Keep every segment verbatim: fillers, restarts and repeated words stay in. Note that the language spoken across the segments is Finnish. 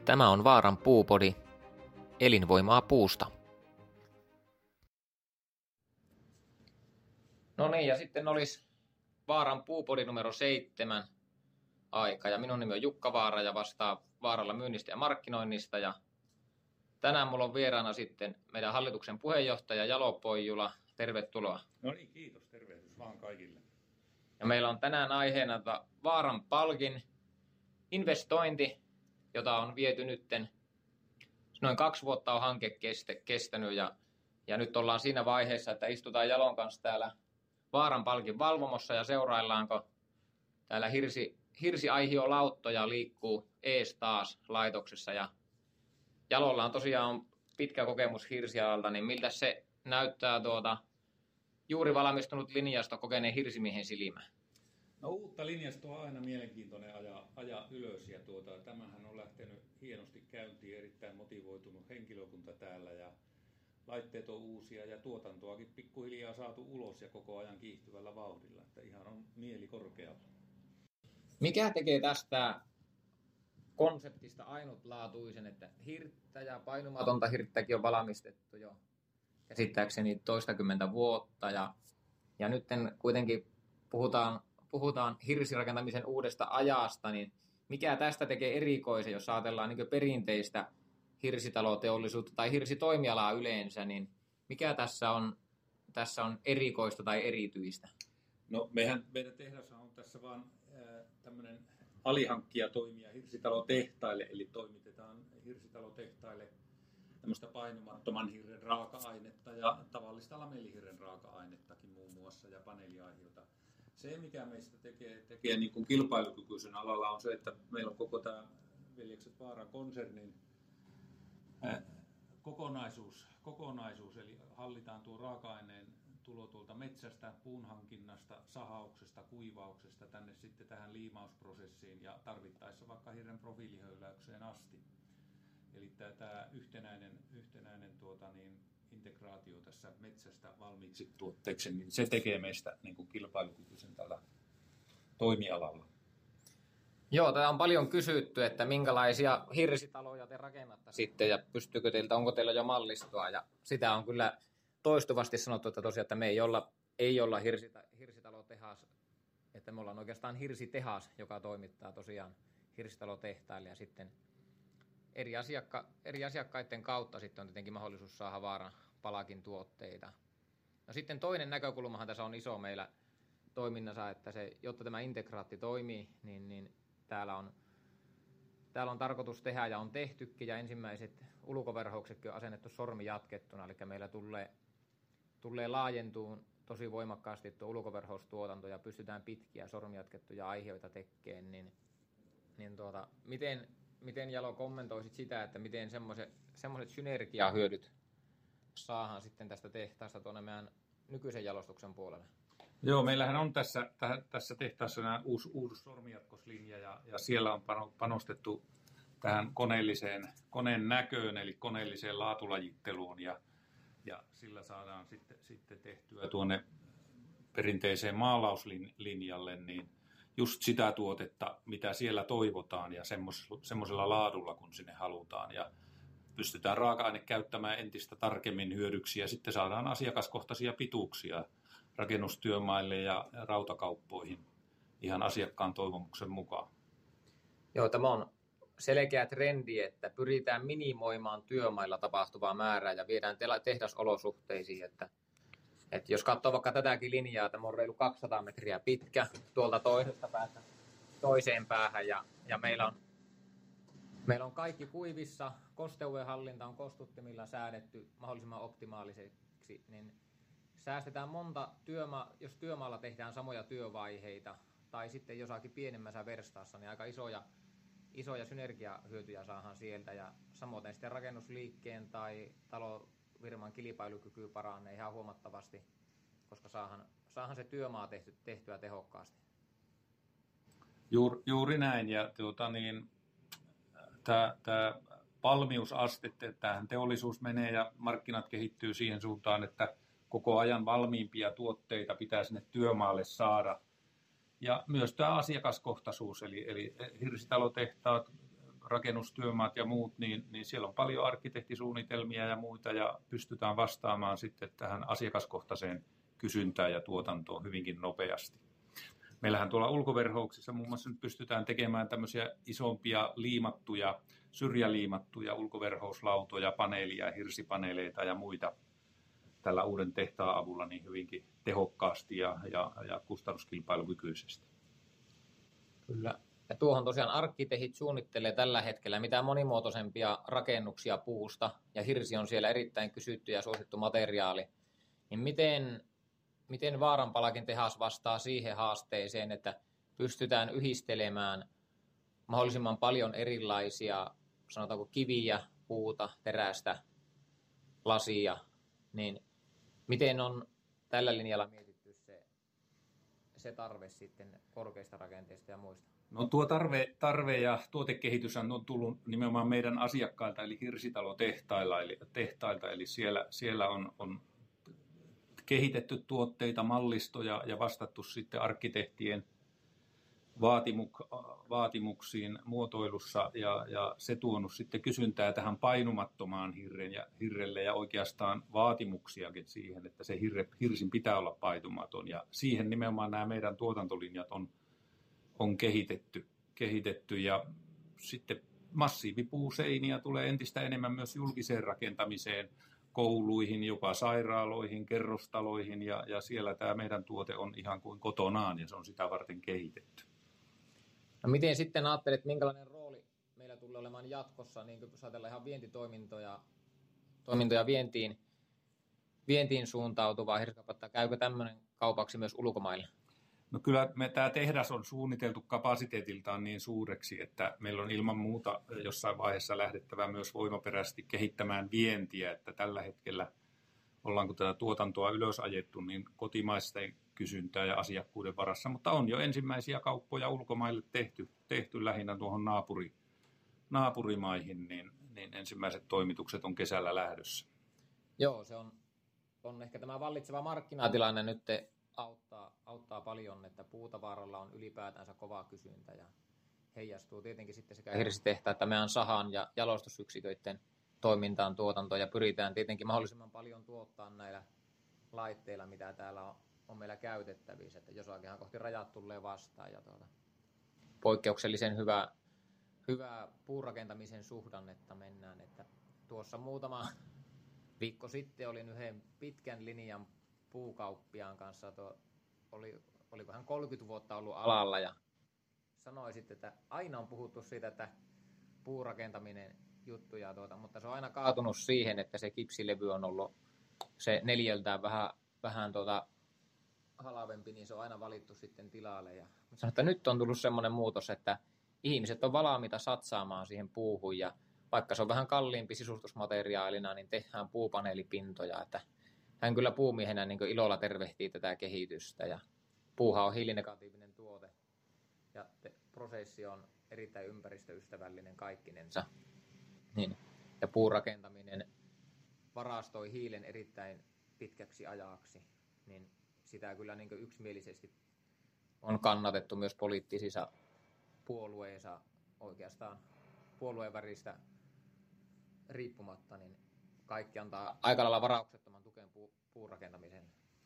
Tämä on Vaaran puupodi, elinvoimaa puusta. No niin, ja sitten olisi Vaaran puupodi numero seitsemän aika. Ja minun nimi on Jukka Vaara ja vastaa Vaaralla myynnistä ja markkinoinnista. Ja tänään mulla on vieraana sitten meidän hallituksen puheenjohtaja Jalo Poijula. Tervetuloa. No niin, kiitos. Tervehdys vaan kaikille. Ja meillä on tänään aiheena Vaaran Palkin investointi, jota on viety nytten. Noin kaksi vuotta on hanke kestänyt ja, ja nyt ollaan siinä vaiheessa, että istutaan Jalon kanssa täällä Vaaran Palkin valvomossa ja seuraillaanko täällä hirsi, hirsiaihiolauttoja liikkuu ees taas laitoksessa. Ja Jalolla on tosiaan pitkä kokemus hirsialalta, niin miltä se näyttää tuota juuri valmistunut linjasto kokeneen hirsimiehen silmä? No uutta linjastoa on aina mielenkiintoinen ajaa, ajaa ylös ja tuota, tämähän on lähtenyt hienosti käyntiin, erittäin motivoitunut henkilökunta täällä ja laitteet on uusia ja tuotantoakin pikkuhiljaa saatu ulos ja koko ajan kiihtyvällä vauhdilla, että ihan on mieli korkealla. Mikä tekee tästä konseptista ainutlaatuisen, että hirttä ja painumatonta hirttäkin on valmistettu jo käsittääkseni toistakymmentä vuotta ja, ja nyt kuitenkin puhutaan puhutaan hirsirakentamisen uudesta ajasta, niin mikä tästä tekee erikoisen, jos ajatellaan niin perinteistä hirsitaloteollisuutta tai hirsitoimialaa yleensä, niin mikä tässä on, tässä on erikoista tai erityistä? No mehän, meidän tehdas on tässä vaan äh, tämmöinen alihankkija toimija hirsitalotehtaille, eli toimitetaan hirsitalotehtaille tämmöistä painumattoman hirren raaka-ainetta ja tavallista lamellihirren raaka-ainettakin muun muassa ja paneeliaihiota. Se, mikä meistä tekee, tekee niin kuin kilpailukykyisen alalla, on se, että meillä on koko tämä Veljekset Vaaran konsernin äh, kokonaisuus, kokonaisuus, eli hallitaan tuo raaka-aineen tulo tuolta metsästä, puunhankinnasta, sahauksesta, kuivauksesta tänne sitten tähän liimausprosessiin ja tarvittaessa vaikka hirren profiilihöyläykseen asti. Eli tämä, tämä yhtenäinen, yhtenäinen tuota niin, integraatio tässä metsästä valmiiksi tuotteeksi, niin se tekee meistä niin kuin kilpailukykyisen tällä toimialalla. Joo, tätä on paljon kysytty, että minkälaisia hirsitaloja te rakennatte sitten ja pystyykö teiltä, onko teillä jo mallistoa. Ja sitä on kyllä toistuvasti sanottu, että tosiaan, että me ei olla, ei olla hirsita, hirsitalotehas, että me ollaan oikeastaan hirsitehas, joka toimittaa tosiaan hirsitalotehtaille ja sitten Eri, asiakka, eri asiakkaiden kautta sitten on tietenkin mahdollisuus saada Vaaran Palkin tuotteita. No sitten toinen näkökulmahan tässä on iso meillä toiminnassa, että se, jotta tämä integraatti toimii, niin, niin täällä, on, täällä on tarkoitus tehdä ja on tehtykin ja ensimmäiset ulkoverhouksetkin on asennettu sormi jatkettuna, eli meillä tulee, tulee laajentuun tosi voimakkaasti tuo ulkoverhoustuotanto ja pystytään pitkiä sormijatkettuja aiheita tekemään, niin, niin tuota, miten Miten Jalo kommentoisit sitä, että miten semmoiset synergiahyödyt saadaan sitten tästä tehtaasta tuonne meidän nykyisen jalostuksen puolelle? Joo, meillähän on tässä, tässä tehtaassa nämä uusi, uusi sormijatkoslinja ja, ja siellä on panostettu tähän koneelliseen koneen näköön eli koneelliseen laatulajitteluun ja, ja sillä saadaan sitten, sitten tehtyä tuonne perinteiseen maalauslinjalle niin just sitä tuotetta, mitä siellä toivotaan ja semmoisella laadulla, kun sinne halutaan. Ja pystytään raaka-aine käyttämään entistä tarkemmin hyödyksi ja sitten saadaan asiakaskohtaisia pituuksia rakennustyömaille ja rautakauppoihin ihan asiakkaan toivomuksen mukaan. Joo, tämä on selkeä trendi, että pyritään minimoimaan työmailla tapahtuvaa määrää ja viedään tehdasolosuhteisiin, että Et jos katsoo vaikka tätäkin linjaa, tämä on reilu kaksisataa metriä pitkä tuolta toisesta päästä toiseen päähän ja, ja meillä, on, meillä on kaikki kuivissa, kosteuden hallinta on kostuttimilla säädetty mahdollisimman optimaaliseksi, niin säästetään monta, työma, jos työmaalla tehdään samoja työvaiheita tai sitten jossakin pienemmässä verstaassa, niin aika isoja, isoja synergiahyötyjä saadaan sieltä ja samoin sitten rakennusliikkeen tai talo firman kilpailukyky paranee ihan huomattavasti, koska saahan, saahan se työmaa tehty, tehtyä tehokkaasti. Juur, juuri näin. Ja tuota, niin, tämä valmiusaste, tämähän teollisuus menee ja markkinat kehittyy siihen suuntaan, että koko ajan valmiimpia tuotteita pitää sinne työmaalle saada. Ja myös tämä asiakaskohtaisuus, eli, eli hirsitalotehtaat rakennustyömaat ja muut, niin, niin siellä on paljon arkkitehtisuunnitelmia ja muita ja pystytään vastaamaan sitten tähän asiakaskohtaiseen kysyntään ja tuotantoon hyvinkin nopeasti. Meillähän tuolla ulkoverhouksissa muun muassa nyt pystytään tekemään tämmöisiä isompia liimattuja, syrjäliimattuja ulkoverhouslautoja, paneelia, hirsipaneeleita ja muita tällä uuden tehtaan avulla niin hyvinkin tehokkaasti ja, ja, ja kustannuskilpailukykyisesti. Kyllä. Ja tuohon tosiaan arkkitehit suunnittelee tällä hetkellä mitä monimuotoisempia rakennuksia puusta, ja hirsi on siellä erittäin kysytty ja suosittu materiaali. Niin miten, miten Vaaranpalakin tehdas vastaa siihen haasteeseen, että pystytään yhdistelemään mahdollisimman paljon erilaisia, sanotaanko kiviä, puuta, terästä, lasia, niin miten on tällä linjalla mietitty se, se tarve sitten korkeista rakenteista ja muista? No tuo tarve, tarve ja tuotekehitys on tullut nimenomaan meidän asiakkailta, eli hirsitalotehtailta, eli, tehtailta, eli siellä, siellä on, on kehitetty tuotteita, mallistoja ja vastattu sitten arkkitehtien vaatimuk, vaatimuksiin muotoilussa, ja, ja se tuonut sitten kysyntää tähän painumattomaan hirren ja, hirrelle ja oikeastaan vaatimuksiakin siihen, että se hirre, hirsin pitää olla painumaton, ja siihen nimenomaan nämä meidän tuotantolinjat on on kehitetty, kehitetty ja sitten massiivipuuseiniä tulee entistä enemmän myös julkiseen rakentamiseen, kouluihin, jopa sairaaloihin, kerrostaloihin ja, ja siellä tämä meidän tuote on ihan kuin kotonaan ja se on sitä varten kehitetty. No miten sitten ajattelet, minkälainen rooli meillä tulee olemaan jatkossa, niin kuin jos ajatellaan ihan vientitoimintoja toimintoja vientiin, vientiin suuntautuvaa hirsikauppaa, käykö tämmöinen kaupaksi myös ulkomaille? No kyllä me, tämä tehdas on suunniteltu kapasiteetiltaan niin suureksi, että meillä on ilman muuta jossain vaiheessa lähdettävä myös voimaperäisesti kehittämään vientiä, että tällä hetkellä ollaan kun tätä tuotantoa ylös ajettu, niin kotimaisten kysyntää ja asiakkuuden varassa, mutta on jo ensimmäisiä kauppoja ulkomaille tehty, tehty lähinnä tuohon naapuri, naapurimaihin, niin, niin ensimmäiset toimitukset on kesällä lähdössä. Joo, se on, on ehkä tämä vallitseva markkinatilanne nyt auttaa, auttaa paljon, että puutavaroilla on ylipäätänsä kova kysyntä ja heijastuu tietenkin sitten sekä hirsitehtaan että meidän sahan ja jalostusyksiköiden toimintaan, tuotantoon ja pyritään tietenkin mahdollisimman paljon tuottaa näillä laitteilla, mitä täällä on, on meillä käytettävissä, että jos oikein kohti rajat tulee vastaan ja tuota, poikkeuksellisen hyvä, hyvä puurakentamisen suhdannetta mennään, että tuossa muutama viikko sitten olin yhden pitkän linjan puukauppiaan kanssa, tuo, oli, oliko hän kolmekymmentä vuotta ollut alalla ja sanoi sitten, että aina on puhuttu siitä, että puurakentaminen juttuja, tuota, mutta se on aina kaatunut siihen, että se kipsilevy on ollut se neljältään vähän, vähän tuota, halavempi, niin se on aina valittu sitten tilalle. Ja sanoin, että nyt on tullut semmoinen muutos, että ihmiset on valmiita satsaamaan siihen puuhun ja vaikka se on vähän kalliimpi sisustusmateriaalina, niin tehdään puupaneelipintoja. Että hän kyllä puumiehenä niin kuin ilolla tervehtii tätä kehitystä ja puuhan on hiilinegatiivinen tuote ja te, prosessi on erittäin ympäristöystävällinen kaikkinensa. Niin. Ja puurakentaminen varastoi hiilen erittäin pitkäksi ajaksi, niin sitä kyllä niin kuin yksimielisesti on kannatettu myös poliittisissa puolueissa oikeastaan puolueen väristä riippumatta, niin kaikki antaa aika lailla varauksettoman tukeen puu, puurakentamiseen.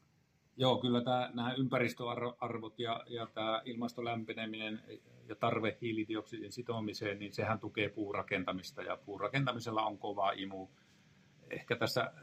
Joo, kyllä tämä, nämä ympäristöarvot ja, ja tämä ilmastolämpeneminen ja tarve hiilidioksidin sitomiseen, niin sehän tukee puurakentamista ja puurakentamisella on kova imu. Ehkä tässä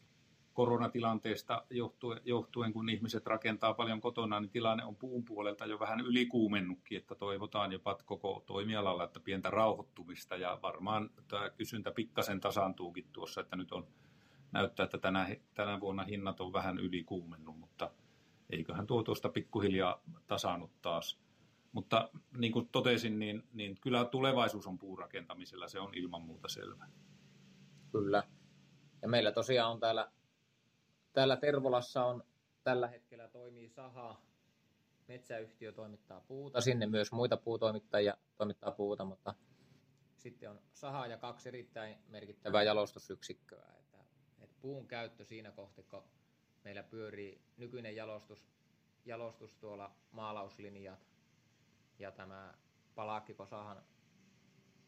koronatilanteesta johtuen, johtuen, kun ihmiset rakentaa paljon kotona, niin tilanne on puun puolelta jo vähän ylikuumennutkin, että toivotaan jopa koko toimialalla, että pientä rauhoittumista ja varmaan tämä kysyntä pikkasen tasaantuukin tuossa, että nyt on näyttää, että tänä, tänä vuonna hinnat on vähän ylikuumennut, mutta eiköhän tuo tuosta pikkuhiljaa tasaannut taas. Mutta niin kuin totesin, niin, niin kyllä tulevaisuus on puurakentamisella, se on ilman muuta selvä. Kyllä. Ja meillä tosiaan on täällä, täällä Tervolassa on tällä hetkellä toimii saha, metsäyhtiö toimittaa puuta, sinne myös muita puutoimittajia toimittaa puuta, mutta sitten on saha ja kaksi erittäin merkittävää jalostusyksikköä. Että, että puun käyttö siinä kohti, kun meillä pyörii nykyinen jalostus, jalostus tuolla maalauslinjat ja tämä palakkiko sahan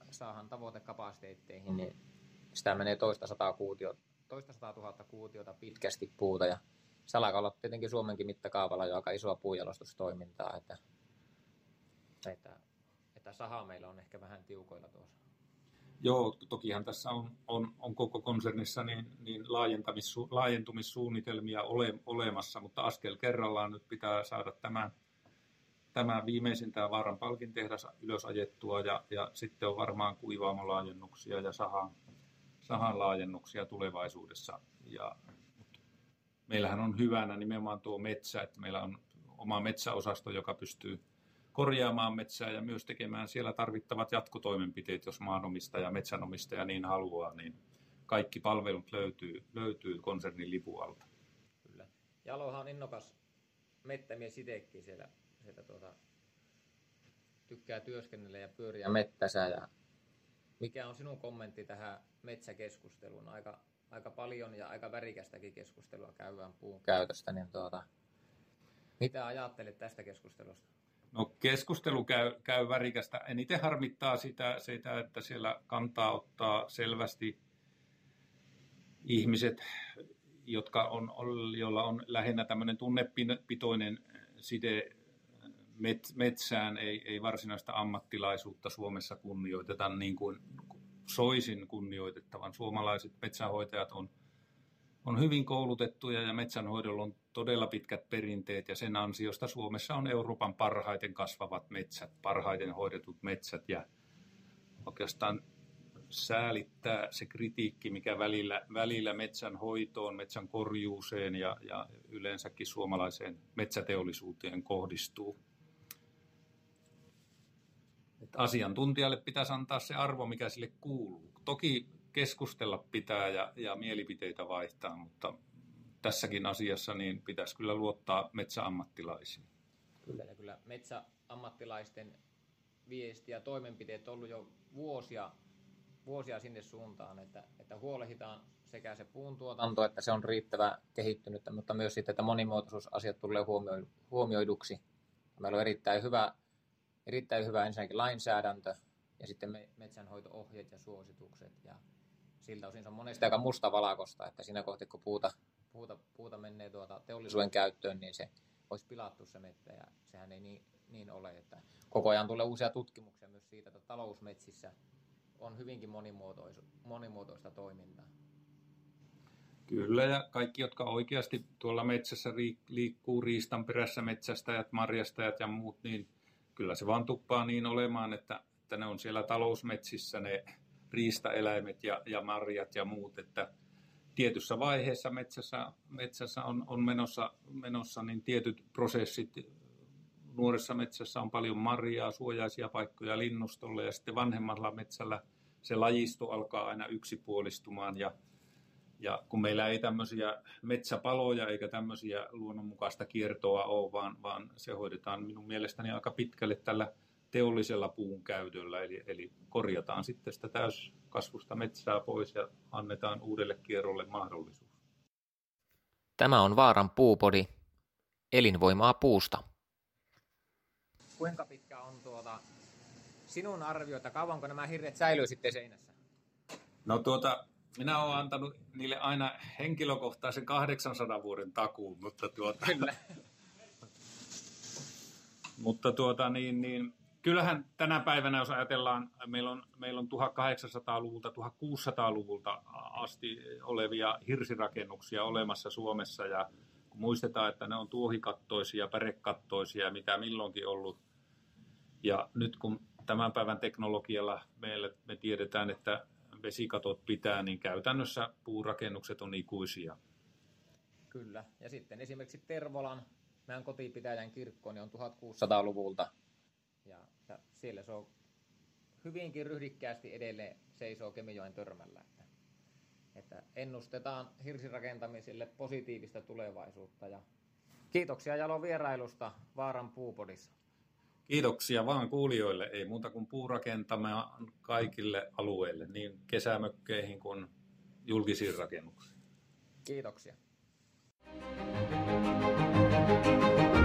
saadaan tavoitekapasiteetteihin, niin sitä menee toista sataa kuutiota, toista sataa tuhatta kuutiota pitkästi puuta, ja se alkaa olla tietenkin Suomenkin mittakaavalla jo aika isoa puunjalostustoimintaa, että, että, että saha meillä on ehkä vähän tiukoilla tuossa. Joo, tokihan tässä on, on, on koko konsernissa niin, niin laajentumissuunnitelmia ole, olemassa, mutta askel kerrallaan nyt pitää saada tämä, tämä viimeisin tämä Vaaran palkintehdas ylös ajettua, ja, ja sitten on varmaan kuivaamolaajennuksia ja sahan, sahan laajennuksia tulevaisuudessa. Ja, meillähän on hyvänä nimenomaan tuo metsä, että meillä on oma metsäosasto, joka pystyy korjaamaan metsää ja myös tekemään siellä tarvittavat jatkotoimenpiteet, jos maanomistaja ja metsänomistaja niin haluaa, niin kaikki palvelut löytyy, löytyy konsernin lipun alta. Kyllä. Jalohan on innokas mettämies itsekin siellä, siellä tuota, tykkää työskennellä ja pyöriä mettässä. Ja mikä on sinun kommentti tähän metsäkeskusteluun? Aika, aika paljon ja aika värikästäkin keskustelua käydään puun käytöstä. Niin tuota, mitä ajattelet tästä keskustelusta? No, keskustelu käy, käy värikästä. Eniten harmittaa sitä, sitä, että siellä kantaa ottaa selvästi ihmiset, jotka on, joilla on lähinnä tämmöinen tunnepitoinen side metsään, ei, ei varsinaista ammattilaisuutta Suomessa kunnioiteta niin kuin soisin kunnioitettavan. Suomalaiset metsänhoitajat on, on hyvin koulutettuja ja metsänhoidolla on todella pitkät perinteet, ja sen ansiosta Suomessa on Euroopan parhaiten kasvavat metsät, parhaiten hoidetut metsät, ja oikeastaan säälittää se kritiikki, mikä välillä, välillä metsän hoitoon, metsän korjuuseen ja, ja yleensäkin suomalaiseen metsäteollisuuteen kohdistuu. Et asiantuntijalle pitäisi antaa se arvo, mikä sille kuuluu. Toki keskustella pitää ja, ja mielipiteitä vaihtaa, mutta tässäkin asiassa niin pitäisi kyllä luottaa metsäammattilaisiin. Kyllä, ja kyllä metsäammattilaisten viesti ja toimenpiteet on ollut jo vuosia, vuosia sinne suuntaan, että, että huolehditaan sekä se puuntuotanto, että se on riittävän kehittynyt, mutta myös sitten, että monimuotoisuusasiat tulee huomioiduksi. Meillä on erittäin hyvä, erittäin hyvä ensinnäkin lainsäädäntö ja sitten metsänhoito-ohjeet ja suositukset. Ja siltä osin se on monesti aika mustavalkoista, että siinä kohti, kun puuta, puuta, puuta menee tuota teollisuuden käyttöön, niin se olisi pilattu se metsä, ja sehän ei niin, niin ole. Että koko ajan tulee uusia tutkimuksia myös siitä, että talousmetsissä on hyvinkin monimuotoista toimintaa. Kyllä, ja kaikki, jotka oikeasti tuolla metsässä liikkuu riistan perässä, metsästäjät, marjastajat ja muut, niin kyllä se vaan tuppaa niin olemaan, että, että ne on siellä talousmetsissä ne riistaeläimet ja, ja marjat ja muut, että tietyssä vaiheessa metsässä, metsässä on, on menossa, menossa niin tietyt prosessit. Nuoressa metsässä on paljon marjaa, suojaisia paikkoja linnustolle, ja sitten vanhemmalla metsällä se lajisto alkaa aina yksipuolistumaan. Ja, ja kun meillä ei tämmöisiä metsäpaloja eikä tämmöisiä luonnonmukaista kiertoa ole, vaan, vaan se hoidetaan minun mielestäni aika pitkälle tällä teollisella puun käytöllä, eli, eli korjataan sitten sitä täyskasvusta metsää pois ja annetaan uudelle kierrolle mahdollisuus. Tämä on Vaaran puupodi, elinvoimaa puusta. Kuinka pitkä on tuota sinun arvio, että kauanko nämä hirret säilyy sitten seinässä? No tuota, minä olen antanut niille aina henkilökohtaisen kahdeksansadan vuoden takuun, mutta tuota, Kyllä. mutta tuota niin, niin kyllähän tänä päivänä, jos ajatellaan, meillä on, meillä on tuhatkahdeksansataaluvulta, tuhatkuusisataaluvulta asti olevia hirsirakennuksia olemassa Suomessa, ja kun muistetaan, että ne on tuohikattoisia, pärekattoisia ja mitä milloinkin ollut, ja nyt kun tämän päivän teknologialla meille, me tiedetään, että vesikatot pitää, niin käytännössä puurakennukset on ikuisia. Kyllä, ja sitten esimerkiksi Tervolan, meidän kotipitäjän kirkko, niin on tuhatkuusisataaluvulta. Ja, ja siellä se on hyvinkin ryhdikkäästi edelleen seisoo Kemijoen törmällä. Että, että ennustetaan hirsirakentamiselle positiivista tulevaisuutta. Ja kiitoksia Jalo vierailusta Vaaran puupodissa. Kiitoksia vaan kuulijoille. Ei muuta kuin puurakentamia kaikille alueille, niin kesämökkeihin kuin julkisiin rakennuksiin. Kiitoksia.